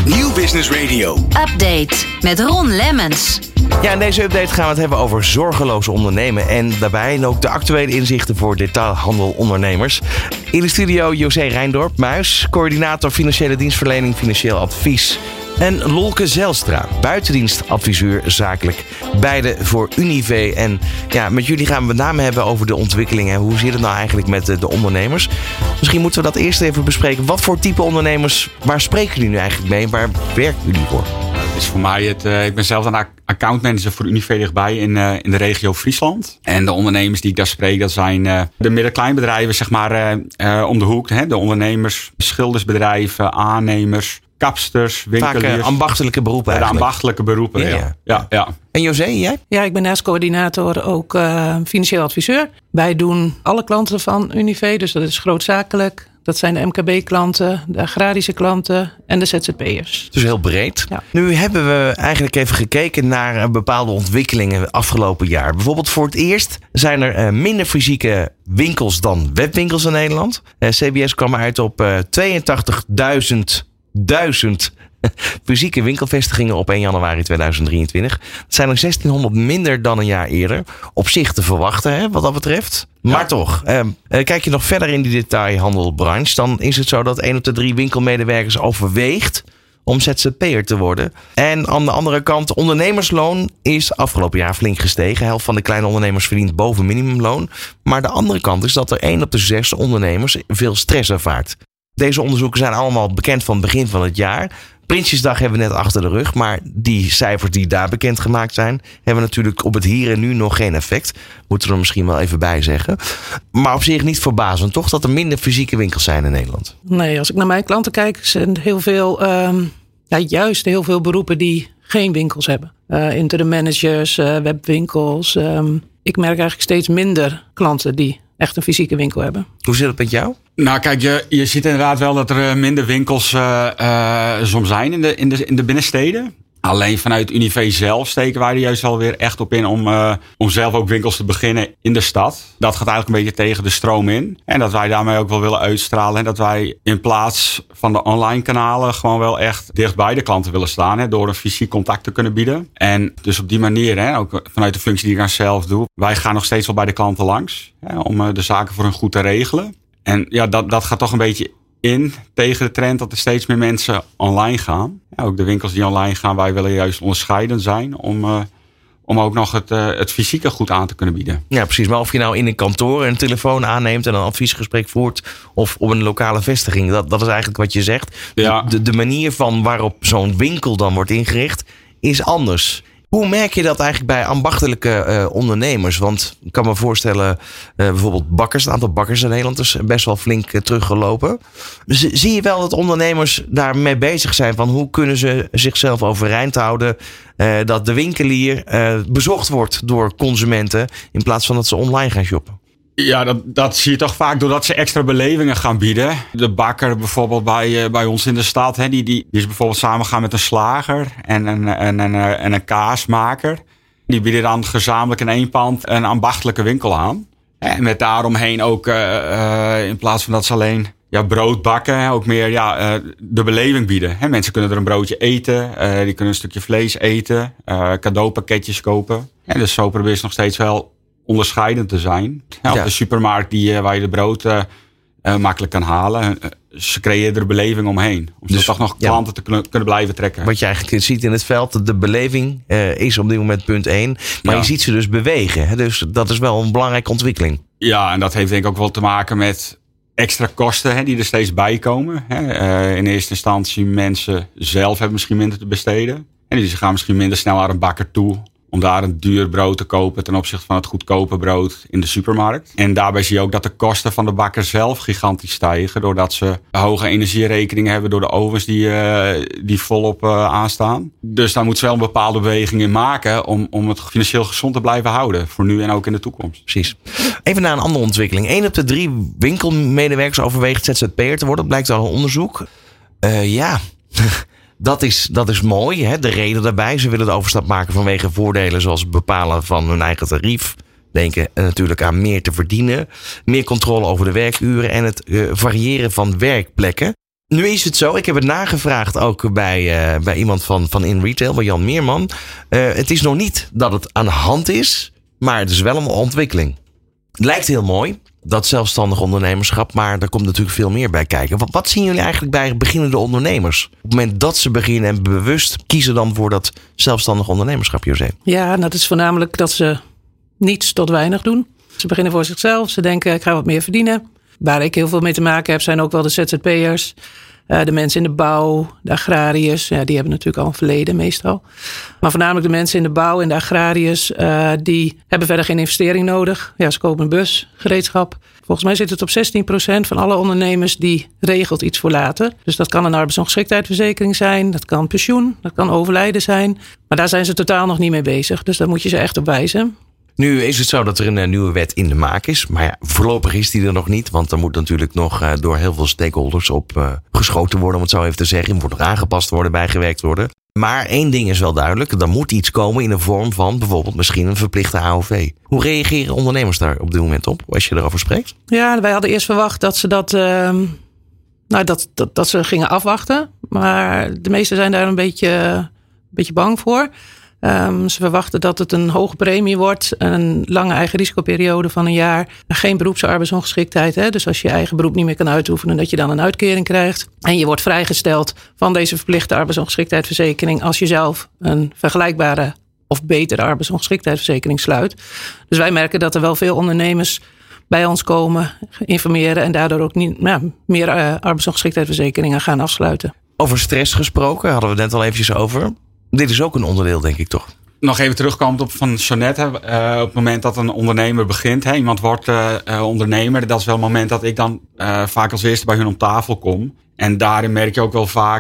Nieuw Business Radio. Update met Ron Lemmens. Ja, in deze update gaan we het hebben over zorgeloos ondernemen. En daarbij ook de actuele inzichten voor detailhandelondernemers. In de studio José Rijndorp, Muis, coördinator financiële dienstverlening, financieel advies. En Lolke Zijlstra, buitendienstadviseur zakelijk. Beide voor Unive. En ja, met jullie gaan we met name hebben over de ontwikkelingen. Hoe zit het nou eigenlijk met de ondernemers? Misschien moeten we dat eerst even bespreken. Wat voor type ondernemers, waar spreken jullie nu eigenlijk mee? Waar werken jullie voor? Het is voor mij ik ben zelf een accountmanager voor Unive dichtbij in de regio Friesland. En de ondernemers die ik daar spreek, dat zijn de middenkleinbedrijven, zeg maar, om de hoek. Hè? De ondernemers, schildersbedrijven, aannemers, kapsters, winkeliers. Vaak ambachtelijke beroepen eigenlijk. De ambachtelijke beroepen, ja. En José, jij? Ja, ik ben naast coördinator ook financieel adviseur. Wij doen alle klanten van Unive, dus dat is grootzakelijk. Dat zijn de MKB-klanten, de agrarische klanten en de ZZP'ers. Dus heel breed. Ja. Nu hebben we eigenlijk even gekeken naar bepaalde ontwikkelingen afgelopen jaar. Bijvoorbeeld voor het eerst zijn er minder fysieke winkels dan webwinkels in Nederland. CBS kwam uit op 82.000 fysieke winkelvestigingen op 1 januari 2023. Dat zijn er 1600 minder dan een jaar eerder. Op zich te verwachten, hè, wat dat betreft. Ja. Maar toch, kijk je nog verder in die detailhandelbranche, dan is het zo dat 1 op de 3 winkelmedewerkers overweegt om ZZP'er te worden. En aan de andere kant, ondernemersloon is afgelopen jaar flink gestegen. De helft van de kleine ondernemers verdient boven minimumloon. Maar de andere kant is dat er 1 op de 6 ondernemers veel stress ervaart. Deze onderzoeken zijn allemaal bekend van het begin van het jaar. Prinsjesdag hebben we net achter de rug. Maar die cijfers die daar bekendgemaakt zijn, hebben natuurlijk op het hier en nu nog geen effect. Moeten we er misschien wel even bij zeggen. Maar op zich niet verbazend toch dat er minder fysieke winkels zijn in Nederland? Nee, als ik naar mijn klanten kijk, zijn heel veel, juist heel veel beroepen die geen winkels hebben. Interim managers, webwinkels. Ik merk eigenlijk steeds minder klanten die echt een fysieke winkel hebben. Hoe zit het met jou? Nou kijk, je ziet inderdaad wel dat er minder winkels soms zijn in de binnensteden. Alleen vanuit Unive zelf steken wij er juist wel weer echt op in om zelf ook winkels te beginnen in de stad. Dat gaat eigenlijk een beetje tegen de stroom in. En dat wij daarmee ook wel willen uitstralen. En dat wij in plaats van de online kanalen gewoon wel echt dicht bij de klanten willen staan. Hè, door een fysiek contact te kunnen bieden. En dus op die manier, hè, ook vanuit de functie die ik aan zelf doe. Wij gaan nog steeds wel bij de klanten langs. Hè, om de zaken voor hun goed te regelen. En ja, dat gaat toch een beetje in tegen de trend dat er steeds meer mensen online gaan. Ja, ook de winkels die online gaan, wij willen juist onderscheidend zijn om ook nog het fysieke goed aan te kunnen bieden. Ja, precies. Maar of je nou in een kantoor een telefoon aanneemt en een adviesgesprek voert of op een lokale vestiging, dat is eigenlijk wat je zegt. Ja. De manier van waarop zo'n winkel dan wordt ingericht is anders. Hoe merk je dat eigenlijk bij ambachtelijke ondernemers? Want ik kan me voorstellen, bijvoorbeeld bakkers. Het aantal bakkers in Nederland is best wel flink teruggelopen. Zie je wel dat ondernemers daarmee bezig zijn van hoe kunnen ze zichzelf overeind houden? Dat de winkelier bezocht wordt door consumenten in plaats van dat ze online gaan shoppen? Ja, dat zie je toch vaak doordat ze extra belevingen gaan bieden. De bakker bijvoorbeeld bij ons in de stad, hè, die is bijvoorbeeld samengegaan met een slager en een kaasmaker. Die bieden dan gezamenlijk in 1 pand een ambachtelijke winkel aan. En met daaromheen ook, in plaats van dat ze alleen brood bakken, ook meer de beleving bieden. Hè, mensen kunnen er een broodje eten, die kunnen een stukje vlees eten, cadeaupakketjes kopen. En dus zo probeer je nog steeds wel onderscheidend te zijn. Ja, op de supermarkt waar je de brood makkelijk kan halen. Ze creëren er beleving omheen. Om dus toch nog klanten te kunnen blijven trekken. Wat je eigenlijk ziet in het veld, de beleving is op dit moment punt 1. Maar je ziet ze dus bewegen. Hè? Dus dat is wel een belangrijke ontwikkeling. Ja, en dat heeft denk ik ook wel te maken met extra kosten die er steeds bij komen. In eerste instantie mensen zelf hebben misschien minder te besteden. En die gaan misschien minder snel naar een bakker toe om daar een duur brood te kopen ten opzichte van het goedkope brood in de supermarkt. En daarbij zie je ook dat de kosten van de bakker zelf gigantisch stijgen, doordat ze hoge energierekeningen hebben door de ovens die volop aanstaan. Dus daar moet ze wel een bepaalde beweging in maken om het financieel gezond te blijven houden, voor nu en ook in de toekomst. Precies. Even naar een andere ontwikkeling. 1 op de 3 winkelmedewerkers overweegt ZZP'er te worden. Dat blijkt uit een onderzoek. Dat is mooi, hè? De reden daarbij. Ze willen de overstap maken vanwege voordelen zoals het bepalen van hun eigen tarief. Denken natuurlijk aan meer te verdienen. Meer controle over de werkuren en het variëren van werkplekken. Nu is het zo, ik heb het nagevraagd ook bij iemand van In Retail, bij Jan Meerman. Het is nog niet dat het aan de hand is, maar het is wel een ontwikkeling. Het lijkt heel mooi, dat zelfstandig ondernemerschap, maar er komt natuurlijk veel meer bij kijken. Wat zien jullie eigenlijk bij beginnende ondernemers? Op het moment dat ze beginnen en bewust kiezen dan voor dat zelfstandig ondernemerschap, José? Ja, dat is voornamelijk dat ze niets tot weinig doen. Ze beginnen voor zichzelf, ze denken ik ga wat meer verdienen. Waar ik heel veel mee te maken heb zijn ook wel de ZZP'ers. De mensen in de bouw, de agrariërs, die hebben natuurlijk al een verleden meestal. Maar voornamelijk de mensen in de bouw en de agrariërs, die hebben verder geen investering nodig. Ja, ze kopen een bus, gereedschap. Volgens mij zit het op 16% van alle ondernemers die regelt iets voor later. Dus dat kan een arbeidsongeschiktheidsverzekering zijn, dat kan pensioen, dat kan overlijden zijn. Maar daar zijn ze totaal nog niet mee bezig, dus daar moet je ze echt op wijzen. Nu is het zo dat er een nieuwe wet in de maak is. Maar ja, voorlopig is die er nog niet. Want er moet natuurlijk nog door heel veel stakeholders op geschoten worden, om het zo even te zeggen. Er moet nog aangepast worden, bijgewerkt worden. Maar één ding is wel duidelijk. Er moet iets komen in de vorm van bijvoorbeeld misschien een verplichte AOV. Hoe reageren ondernemers daar op dit moment op, als je erover spreekt? Ja, wij hadden eerst verwacht dat ze dat ze gingen afwachten. Maar de meesten zijn daar een beetje bang voor. Ze verwachten dat het een hoge premie wordt. Een lange eigen risicoperiode van een jaar. Geen beroepsarbeidsongeschiktheid. Hè? Dus als je je eigen beroep niet meer kan uitoefenen, dat je dan een uitkering krijgt. En je wordt vrijgesteld van deze verplichte arbeidsongeschiktheidsverzekering als je zelf een vergelijkbare of betere arbeidsongeschiktheidsverzekering sluit. Dus wij merken dat er wel veel ondernemers bij ons komen, informeren en daardoor ook meer arbeidsongeschiktheidsverzekeringen gaan afsluiten. Over stress gesproken, hadden we het net al eventjes over. Dit is ook een onderdeel, denk ik, toch? Nog even terugkomend op van Jeanette. Op het moment dat een ondernemer begint. Iemand wordt ondernemer. Dat is wel het moment dat ik dan vaak als eerste bij hun om tafel kom. En daarin merk je ook wel vaak.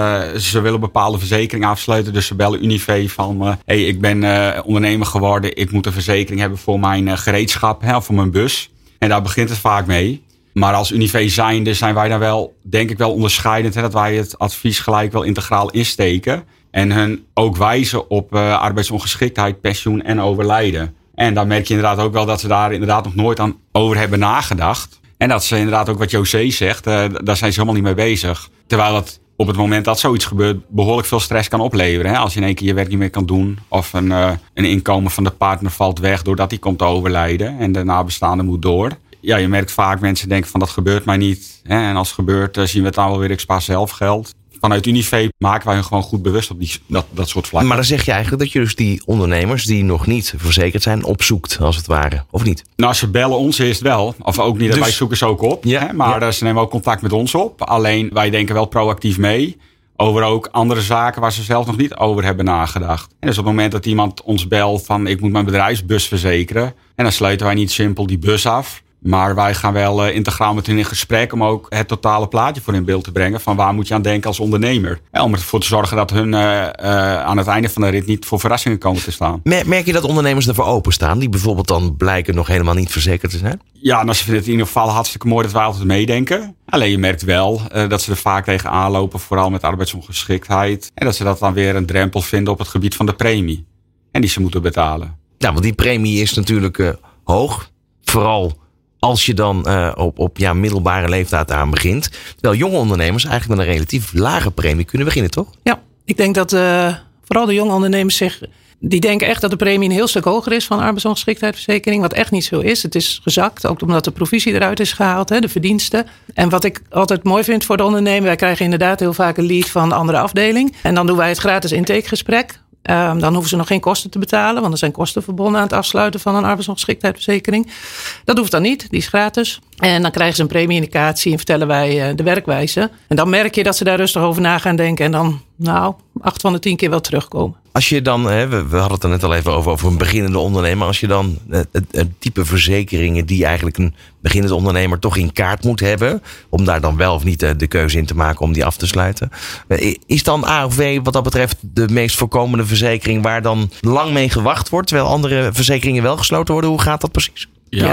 Ze willen bepaalde verzekeringen afsluiten. Dus ze bellen Unive van. Ik ben ondernemer geworden. Ik moet een verzekering hebben voor mijn gereedschap. Of voor mijn bus. En daar begint het vaak mee. Maar als Unive zijnde zijn wij daar wel, denk ik wel onderscheidend. Dat wij het advies gelijk wel integraal insteken. En hun ook wijzen op arbeidsongeschiktheid, pensioen en overlijden. En dan merk je inderdaad ook wel dat ze daar inderdaad nog nooit aan over hebben nagedacht. En dat ze inderdaad ook wat José zegt, daar zijn ze helemaal niet mee bezig. Terwijl het op het moment dat zoiets gebeurt behoorlijk veel stress kan opleveren. Als je in één keer je werk niet meer kan doen. Of een inkomen van de partner valt weg doordat hij komt te overlijden. En de nabestaande moet door. Ja, je merkt vaak mensen denken van dat gebeurt mij niet. En als het gebeurt zien we het dan wel weer, ik spaar zelf geld. Vanuit Unive maken wij hun gewoon goed bewust op dat soort vlakken. Maar dan zeg je eigenlijk dat je dus die ondernemers die nog niet verzekerd zijn opzoekt, als het ware, of niet? Nou, ze bellen ons eerst wel. Of ook niet, dus wij zoeken ze ook op. Ja, maar ze nemen ook contact met ons op. Alleen wij denken wel proactief mee over ook andere zaken waar ze zelf nog niet over hebben nagedacht. En dus op het moment dat iemand ons belt van ik moet mijn bedrijfsbus verzekeren. En dan sluiten wij niet simpel die bus af. Maar wij gaan wel integraal met hen in gesprek om ook het totale plaatje voor in beeld te brengen. Van waar moet je aan denken als ondernemer. Om ervoor te zorgen dat hun aan het einde van de rit niet voor verrassingen komen te staan. Merk je dat ondernemers ervoor openstaan? Die bijvoorbeeld dan blijken nog helemaal niet verzekerd te zijn? Ja, nou, ze vinden het in ieder geval hartstikke mooi dat wij altijd meedenken. Alleen je merkt wel dat ze er vaak tegen aanlopen. Vooral met arbeidsongeschiktheid. En dat ze dat dan weer een drempel vinden op het gebied van de premie. En die ze moeten betalen. Ja, want die premie is natuurlijk hoog. Vooral als je dan op middelbare leeftijd aan begint. Terwijl jonge ondernemers eigenlijk met een relatief lage premie kunnen beginnen, toch? Ja, ik denk dat vooral de jonge ondernemers die denken echt dat de premie een heel stuk hoger is van arbeidsongeschiktheidsverzekering. Wat echt niet zo is. Het is gezakt, ook omdat de provisie eruit is gehaald, de verdiensten. En wat ik altijd mooi vind voor de ondernemer, wij krijgen inderdaad heel vaak een lead van de andere afdeling. En dan doen wij het gratis intakegesprek. Dan hoeven ze nog geen kosten te betalen. Want er zijn kosten verbonden aan het afsluiten van een arbeidsongeschiktheidsverzekering. Dat hoeft dan niet. Die is gratis. En dan krijgen ze een premie-indicatie en vertellen wij de werkwijze. En dan merk je dat ze daar rustig over na gaan denken. En dan 8 van de 10 keer wel terugkomen. Als je dan, we hadden het er net al even over een beginnende ondernemer. Als je dan het type verzekeringen die eigenlijk een beginnende ondernemer toch in kaart moet hebben. Om daar dan wel of niet de keuze in te maken om die af te sluiten. Is dan AOV wat dat betreft de meest voorkomende verzekering waar dan lang mee gewacht wordt. Terwijl andere verzekeringen wel gesloten worden. Hoe gaat dat precies?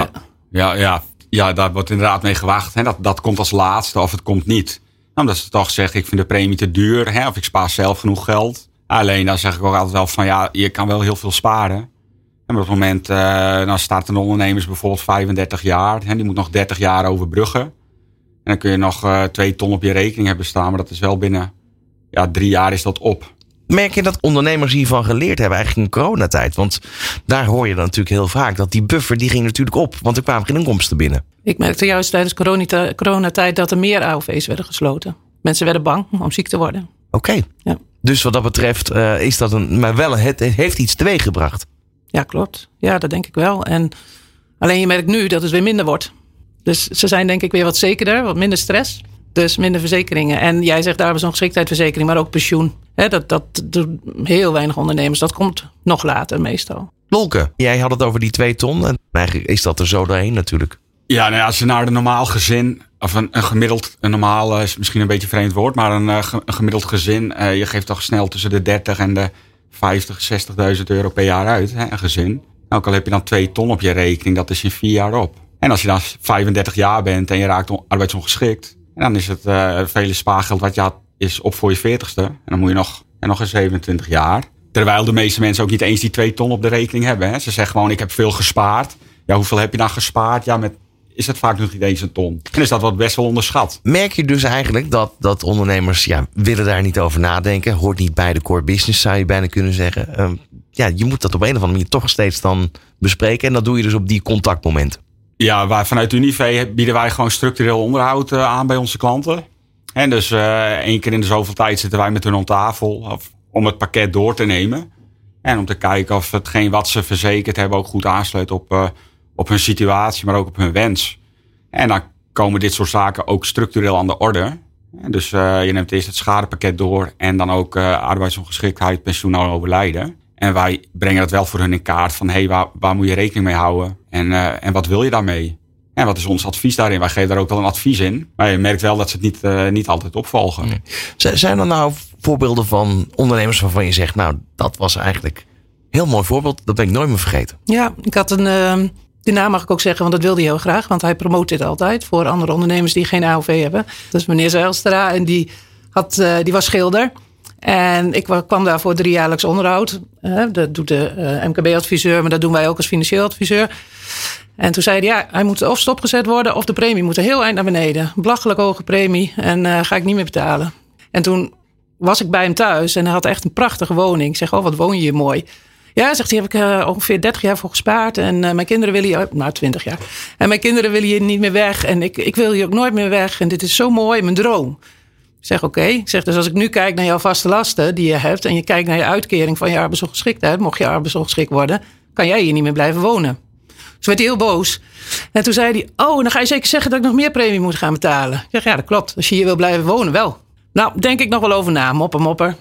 Ja, daar wordt inderdaad mee gewacht. Dat komt als laatste of het komt niet. Omdat ze toch zeggen ik vind de premie te duur. Of ik spaar zelf genoeg geld. Alleen dan zeg ik ook altijd wel van je kan wel heel veel sparen. En op het moment dan starten de ondernemers bijvoorbeeld 35 jaar. Die moet nog 30 jaar overbruggen. dan kun je nog 2 ton op je rekening hebben staan. Maar dat is wel binnen 3 jaar is dat op. Merk je dat ondernemers hiervan geleerd hebben eigenlijk in coronatijd? Want daar hoor je dan natuurlijk heel vaak dat die buffer die ging natuurlijk op. Want er kwamen geen inkomsten binnen. Ik merkte juist tijdens coronatijd dat er meer AOV's werden gesloten. Mensen werden bang om ziek te worden. Oké. Ja. Dus wat dat betreft is dat maar wel, het heeft iets teweeggebracht. Ja, klopt. Ja, dat denk ik wel. En alleen je merkt nu dat het weer minder wordt. Dus ze zijn denk ik weer wat zekerder, wat minder stress. Dus minder verzekeringen. En jij zegt arbeidsongeschiktheidsverzekering, maar ook pensioen. Dat doen heel weinig ondernemers. Dat komt nog later meestal. Lolke, jij had het over die 2 ton. En eigenlijk is dat er zo doorheen natuurlijk. Ja, als je naar een normaal gezin, of een gemiddeld, een normaal is misschien een beetje een vreemd woord, maar een gemiddeld gezin, je geeft toch snel tussen de 30 en de 50, 60.000 euro per jaar uit, hè, een gezin. Ook al heb je dan 2 ton op je rekening, dat is in 4 jaar op. En als je dan 35 jaar bent en je raakt arbeidsongeschikt, dan is het vele spaargeld wat je had, is op voor je 40ste. En dan moet je nog eens 27 jaar. Terwijl de meeste mensen ook niet eens die 2 ton op de rekening hebben. Hè. Ze zeggen gewoon, ik heb veel gespaard. Ja, hoeveel heb je dan gespaard? Ja, is het vaak nog niet eens een ton. En is dat wat best wel onderschat. Merk je dus eigenlijk dat ondernemers willen daar niet over nadenken. Hoort niet bij de core business, zou je bijna kunnen zeggen. Je moet dat op een of andere manier toch steeds dan bespreken. En dat doe je dus op die contactmomenten. Ja, vanuit Unive bieden wij gewoon structureel onderhoud aan bij onze klanten. En dus 1 keer in de zoveel tijd zitten wij met hun om tafel om het pakket door te nemen. En om te kijken of hetgeen wat ze verzekerd hebben ook goed aansluit op hun situatie, maar ook op hun wens. En dan komen dit soort zaken ook structureel aan de orde. En dus je neemt eerst het schadepakket door en dan ook arbeidsongeschiktheid, pensioen en overlijden. En wij brengen dat wel voor hun in kaart van waar moet je rekening mee houden en wat wil je daarmee? En wat is ons advies daarin? Wij geven daar ook wel een advies in. Maar je merkt wel dat ze het niet altijd opvolgen. Nee. Zijn er nou voorbeelden van ondernemers waarvan je zegt, nou, dat was eigenlijk een heel mooi voorbeeld. Dat ben ik nooit meer vergeten. Ja, ik had die naam mag ik ook zeggen, want dat wilde hij heel graag. Want hij promoot dit altijd voor andere ondernemers die geen AOV hebben. Dat is meneer Zijlstra en die was schilder. En ik kwam daar voor 3-jaarlijks onderhoud. Dat doet de MKB-adviseur, maar dat doen wij ook als financieel adviseur. En toen zei hij, hij moet of stopgezet worden of de premie moet een heel eind naar beneden. Belachelijk hoge premie en ga ik niet meer betalen. En toen was ik bij hem thuis en hij had echt een prachtige woning. Ik zeg, wat woon je hier mooi. Ja, zegt hij, heb ik ongeveer 30 jaar voor gespaard. En mijn kinderen willen hier, 20 jaar. En mijn kinderen willen hier niet meer weg. En ik wil hier ook nooit meer weg. En dit is zo mooi, mijn droom. Ik zeg, oké. Ik zeg, dus als ik nu kijk naar jouw vaste lasten die je hebt. En je kijkt naar je uitkering van je arbeidsongeschiktheid. Mocht je arbeidsongeschikt worden, kan jij hier niet meer blijven wonen. Dus werd hij heel boos. En toen zei hij, dan ga je zeker zeggen dat ik nog meer premie moet gaan betalen. Ik zeg, ja, dat klopt. Als je hier wil blijven wonen, wel. Nou, denk ik nog wel over na. Mopper.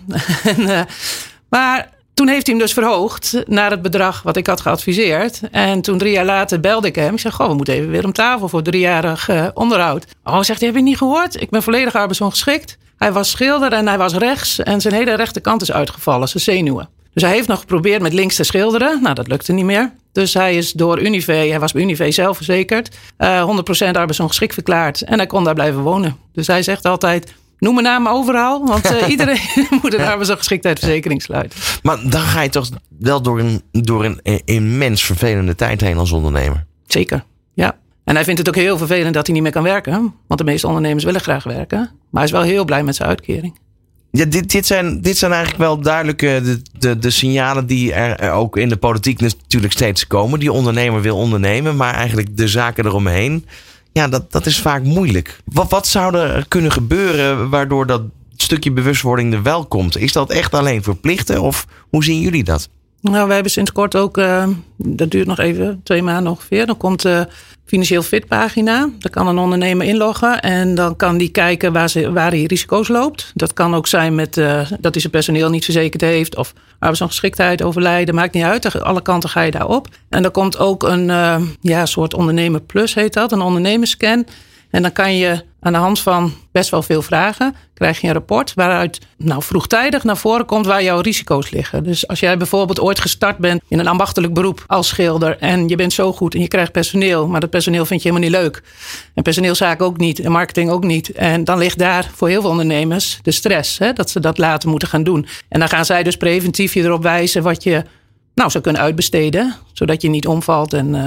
Maar toen heeft hij hem dus verhoogd naar het bedrag wat ik had geadviseerd. En toen 3 jaar later belde ik hem. Ik zeg, we moeten even weer om tafel voor 3-jarig onderhoud. Zegt hij, heb je niet gehoord? Ik ben volledig arbeidsongeschikt. Hij was schilder en hij was rechts. En zijn hele rechterkant is uitgevallen, zijn zenuwen. Dus hij heeft nog geprobeerd met links te schilderen. Nou, dat lukte niet meer. Dus hij is door Unive, hij was bij Unive zelf verzekerd. 100% arbeidsongeschikt verklaard. En hij kon daar blijven wonen. Dus hij zegt altijd, noem mijn naam overal. Want iedereen moet een arbeidsongeschiktheidsverzekering sluiten. Maar dan ga je toch wel door een immens vervelende tijd heen als ondernemer. Zeker, ja. En hij vindt het ook heel vervelend dat hij niet meer kan werken. Want de meeste ondernemers willen graag werken. Maar hij is wel heel blij met zijn uitkering. Ja, dit zijn eigenlijk wel duidelijk de signalen die er ook in de politiek natuurlijk steeds komen. Die ondernemer wil ondernemen, maar eigenlijk de zaken eromheen. Ja, dat is vaak moeilijk. Wat zou er kunnen gebeuren waardoor dat stukje bewustwording er wel komt? Is dat echt alleen verplichten of hoe zien jullie dat? Nou, wij hebben sinds kort ook, dat duurt nog even 2 maanden ongeveer. Dan komt de Financieel Fit pagina. Daar kan een ondernemer inloggen en dan kan die kijken waar hij risico's loopt. Dat kan ook zijn met dat hij zijn personeel niet verzekerd heeft of arbeidsongeschiktheid, overlijden, maakt niet uit. Alle kanten ga je daarop. En dan komt ook een soort ondernemer plus heet dat, een ondernemersscan. En dan kan je aan de hand van best wel veel vragen, krijg je een rapport waaruit vroegtijdig naar voren komt waar jouw risico's liggen. Dus als jij bijvoorbeeld ooit gestart bent in een ambachtelijk beroep als schilder en je bent zo goed en je krijgt personeel, maar dat personeel vind je helemaal niet leuk. En personeelszaken ook niet en marketing ook niet. En dan ligt daar voor heel veel ondernemers de stress, dat ze dat later moeten gaan doen. En dan gaan zij dus preventief je erop wijzen wat je zou kunnen uitbesteden, zodat je niet omvalt en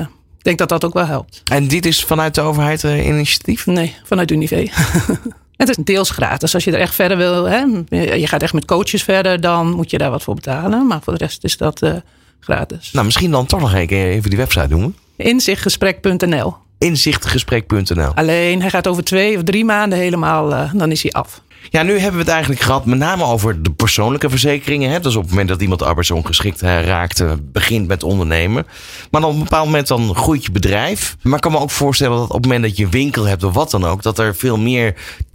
denk dat dat ook wel helpt. En dit is vanuit de overheid initiatief? Nee, vanuit Unive. Het is deels gratis. Als je er echt verder wil, hè, je gaat echt met coaches verder, dan moet je daar wat voor betalen. Maar voor de rest is dat gratis. Nou, misschien dan toch nog even die website noemen. Inzichtgesprek.nl. Inzichtgesprek.nl. Alleen, hij gaat over 2 of 3 maanden helemaal, dan is hij af. Ja, nu hebben we het eigenlijk gehad met name over de persoonlijke verzekeringen. Hè? Dus op het moment dat iemand arbeidsongeschikt raakt, begint met ondernemen. Maar dan op een bepaald moment dan groeit je bedrijf. Maar ik kan me ook voorstellen dat op het moment dat je een winkel hebt of wat dan ook, dat er veel meer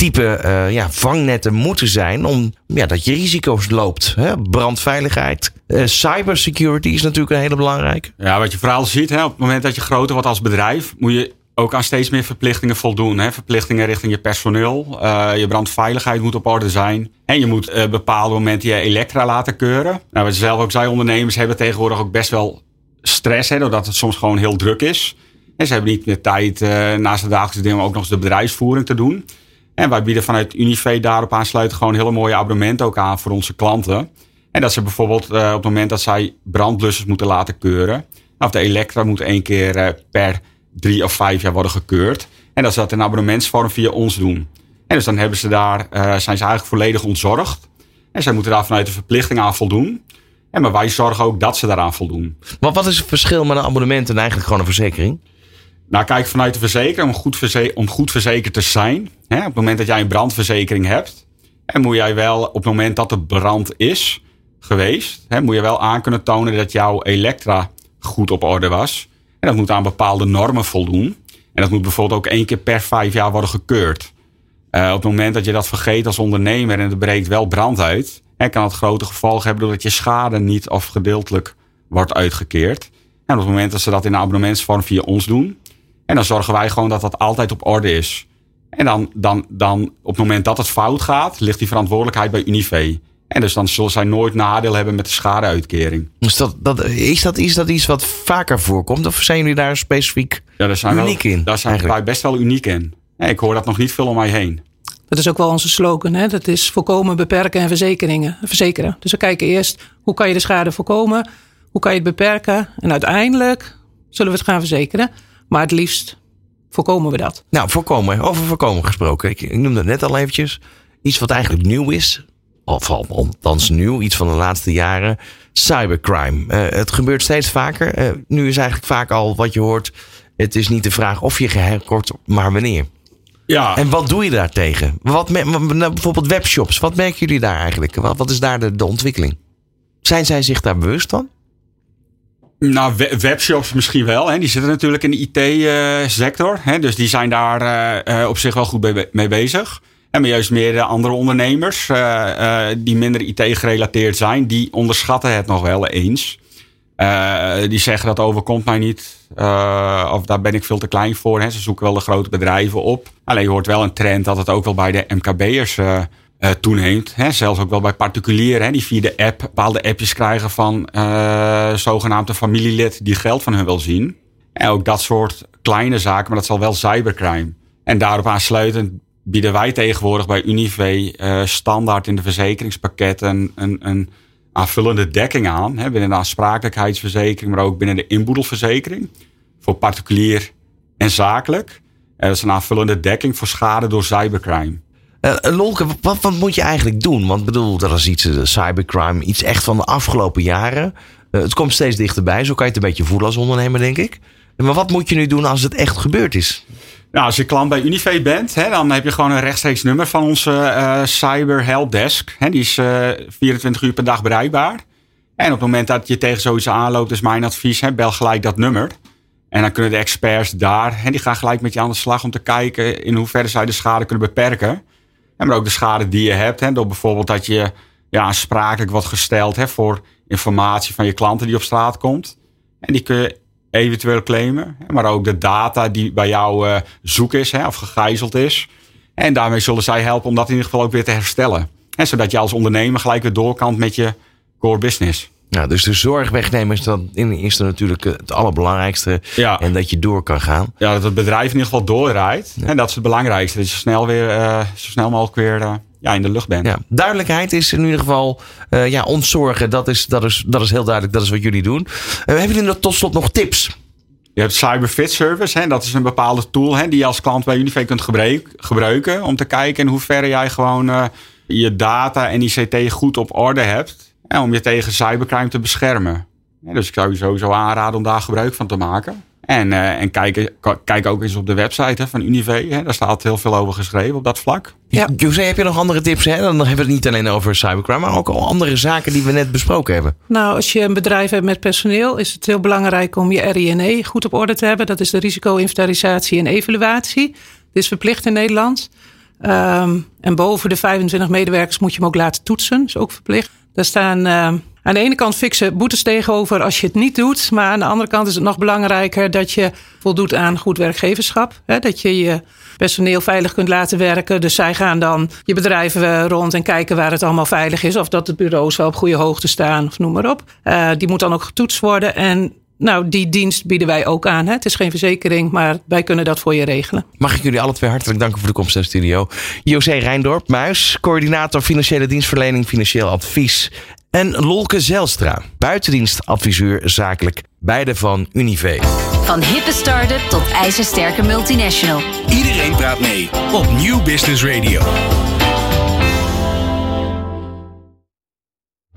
type vangnetten moeten zijn om dat je risico's loopt. Hè? Brandveiligheid, cybersecurity is natuurlijk een hele belangrijke. Ja, wat je vooral ziet, hè, op het moment dat je groter wordt als bedrijf, moet je ook aan steeds meer verplichtingen voldoen. Hè? Verplichtingen richting je personeel. Je brandveiligheid moet op orde zijn. En je moet bepaalde momenten je elektra laten keuren. Nou, wat je zelf ook zei, ondernemers hebben tegenwoordig ook best wel stress. Hè, doordat het soms gewoon heel druk is. En ze hebben niet meer tijd naast de dagelijkse dingen ook nog eens de bedrijfsvoering te doen. En wij bieden vanuit Unive daarop aansluiten gewoon hele mooie abonnementen ook aan voor onze klanten. En dat ze bijvoorbeeld op het moment dat zij brandblussers moeten laten keuren, of de elektra moet 1 keer per 3 of 5 jaar worden gekeurd. En dat ze dat in abonnementsvorm via ons doen. En dus dan hebben ze zijn ze eigenlijk volledig ontzorgd. En zij moeten daar vanuit de verplichting aan voldoen. Maar wij zorgen ook dat ze daaraan voldoen. Maar wat is het verschil met een abonnement en eigenlijk gewoon een verzekering? Nou, kijk, vanuit de verzekering, om goed verzekerd te zijn. Hè, op het moment dat jij een brandverzekering hebt, en moet jij wel op het moment dat er brand is geweest, moet je wel aan kunnen tonen dat jouw elektra goed op orde was. En dat moet aan bepaalde normen voldoen. En dat moet bijvoorbeeld ook 1 keer per 5 jaar worden gekeurd. Op het moment dat je dat vergeet als ondernemer en er breekt wel brand uit, kan het grote gevolgen hebben doordat je schade niet of gedeeltelijk wordt uitgekeerd. En op het moment dat ze dat in een abonnementsvorm via ons doen, en dan zorgen wij gewoon dat dat altijd op orde is. En dan op het moment dat het fout gaat, ligt die verantwoordelijkheid bij Unive. En dus dan zullen zij nooit nadeel hebben met de schadeuitkering. Dus is dat iets wat vaker voorkomt? Of zijn jullie daar specifiek uniek in? Daar zijn wij best wel uniek in. Ik hoor dat nog niet veel om mij heen. Dat is ook wel onze slogan. Hè? Dat is voorkomen, beperken en verzekeren. Dus we kijken eerst, hoe kan je de schade voorkomen? Hoe kan je het beperken? En uiteindelijk zullen we het gaan verzekeren. Maar het liefst voorkomen we dat. Nou, over voorkomen gesproken. Ik noemde het net al eventjes. Iets wat eigenlijk nieuw is. Of althans nieuw, iets van de laatste jaren. Cybercrime. Het gebeurt steeds vaker. Nu is eigenlijk vaak al wat je hoort. Het is niet de vraag of je gehackt wordt, maar wanneer. Ja. En wat doe je daartegen? Bijvoorbeeld webshops. Wat merken jullie daar eigenlijk? Wat is daar de ontwikkeling? Zijn zij zich daar bewust van? Nou, webshops misschien wel. Hè. Die zitten natuurlijk in de IT-sector. Dus die zijn daar op zich wel goed mee bezig. Maar juist meer de andere ondernemers die minder IT-gerelateerd zijn, die onderschatten het nog wel eens. Die zeggen dat overkomt mij niet. Of daar ben ik veel te klein voor. Hè. Ze zoeken wel de grote bedrijven op. Alleen je hoort wel een trend dat het ook wel bij de MKB'ers toeneemt. Hè. Zelfs ook wel bij particulieren. Hè, die via de app bepaalde appjes krijgen van zogenaamde familielid die geld van hun wil zien. En ook dat soort kleine zaken, maar dat zal wel cybercrime. En daarop aansluitend bieden wij tegenwoordig bij Unive standaard in de verzekeringspakketten een aanvullende dekking aan. Hè, binnen de aansprakelijkheidsverzekering, maar ook binnen de inboedelverzekering. Voor particulier en zakelijk. Dat is een aanvullende dekking voor schade door cybercrime. Lolke, wat moet je eigenlijk doen? Want bedoel, dat is iets, cybercrime, iets echt van de afgelopen jaren. Het komt steeds dichterbij, zo kan je het een beetje voelen als ondernemer, denk ik. Maar wat moet je nu doen als het echt gebeurd is? Nou, als je klant bij Unive bent, dan heb je gewoon een rechtstreeks nummer van onze cyber helpdesk. Die is 24 uur per dag bereikbaar. En op het moment dat je tegen zoiets aanloopt, is mijn advies, bel gelijk dat nummer. En dan kunnen de experts daar, die gaan gelijk met je aan de slag om te kijken in hoeverre zij de schade kunnen beperken. Maar ook de schade die je hebt, door bijvoorbeeld dat je aansprakelijk wordt gesteld voor informatie van je klanten die op straat komt. En die kun je eventueel claimen. Maar ook de data die bij jou zoek is of gegijzeld is. En daarmee zullen zij helpen om dat in ieder geval ook weer te herstellen. En zodat je als ondernemer gelijk weer door kan met je core business. Ja, dus de zorg wegnemen is dan is er natuurlijk het allerbelangrijkste. Ja. En dat je door kan gaan. Ja, dat het bedrijf in ieder geval doorrijdt. Ja. En dat is het belangrijkste. Dat je zo snel mogelijk weer in de lucht bent. Ja, duidelijkheid is in ieder geval ontzorgen. Dat is heel duidelijk. Dat is wat jullie doen. Hebben jullie tot slot nog tips? Je hebt CyberFit Service. Hè, dat is een bepaalde tool die je als klant bij Unive kunt gebruiken. Om te kijken in hoeverre jij gewoon je data en ICT goed op orde hebt. Om je tegen cybercrime te beschermen. Ja, dus ik zou je sowieso aanraden om daar gebruik van te maken. En kijk ook eens op de website van Unive. Daar staat heel veel over geschreven op dat vlak. Ja. José, heb je nog andere tips? Hè? Dan hebben we het niet alleen over cybercrime, maar ook al andere zaken die we net besproken hebben. Nou, als je een bedrijf hebt met personeel, is het heel belangrijk om je RINE goed op orde te hebben. Dat is de risico-inventarisatie en evaluatie. Dit is verplicht in Nederland. En boven de 25 medewerkers moet je hem ook laten toetsen. Dat is ook verplicht. Daar staan aan de ene kant fikse boetes tegenover als je het niet doet. Maar aan de andere kant is het nog belangrijker dat je voldoet aan goed werkgeverschap. Hè? Dat je je personeel veilig kunt laten werken. Dus zij gaan dan je bedrijf rond en kijken waar het allemaal veilig is. Of dat de bureaus wel op goede hoogte staan of noem maar op. Die moet dan ook getoetst worden. En nou, die dienst bieden wij ook aan. Hè? Het is geen verzekering, maar wij kunnen dat voor je regelen. Mag ik jullie alle twee hartelijk danken voor de komst naar de studio. José Rijndorp, Muis, coördinator financiële dienstverlening, financieel advies. En Lolke Zijlstra, buitendienstadviseur zakelijk, beide van Unive. Van hippe start-up tot ijzersterke multinational. Iedereen praat mee op Nieuw Business Radio.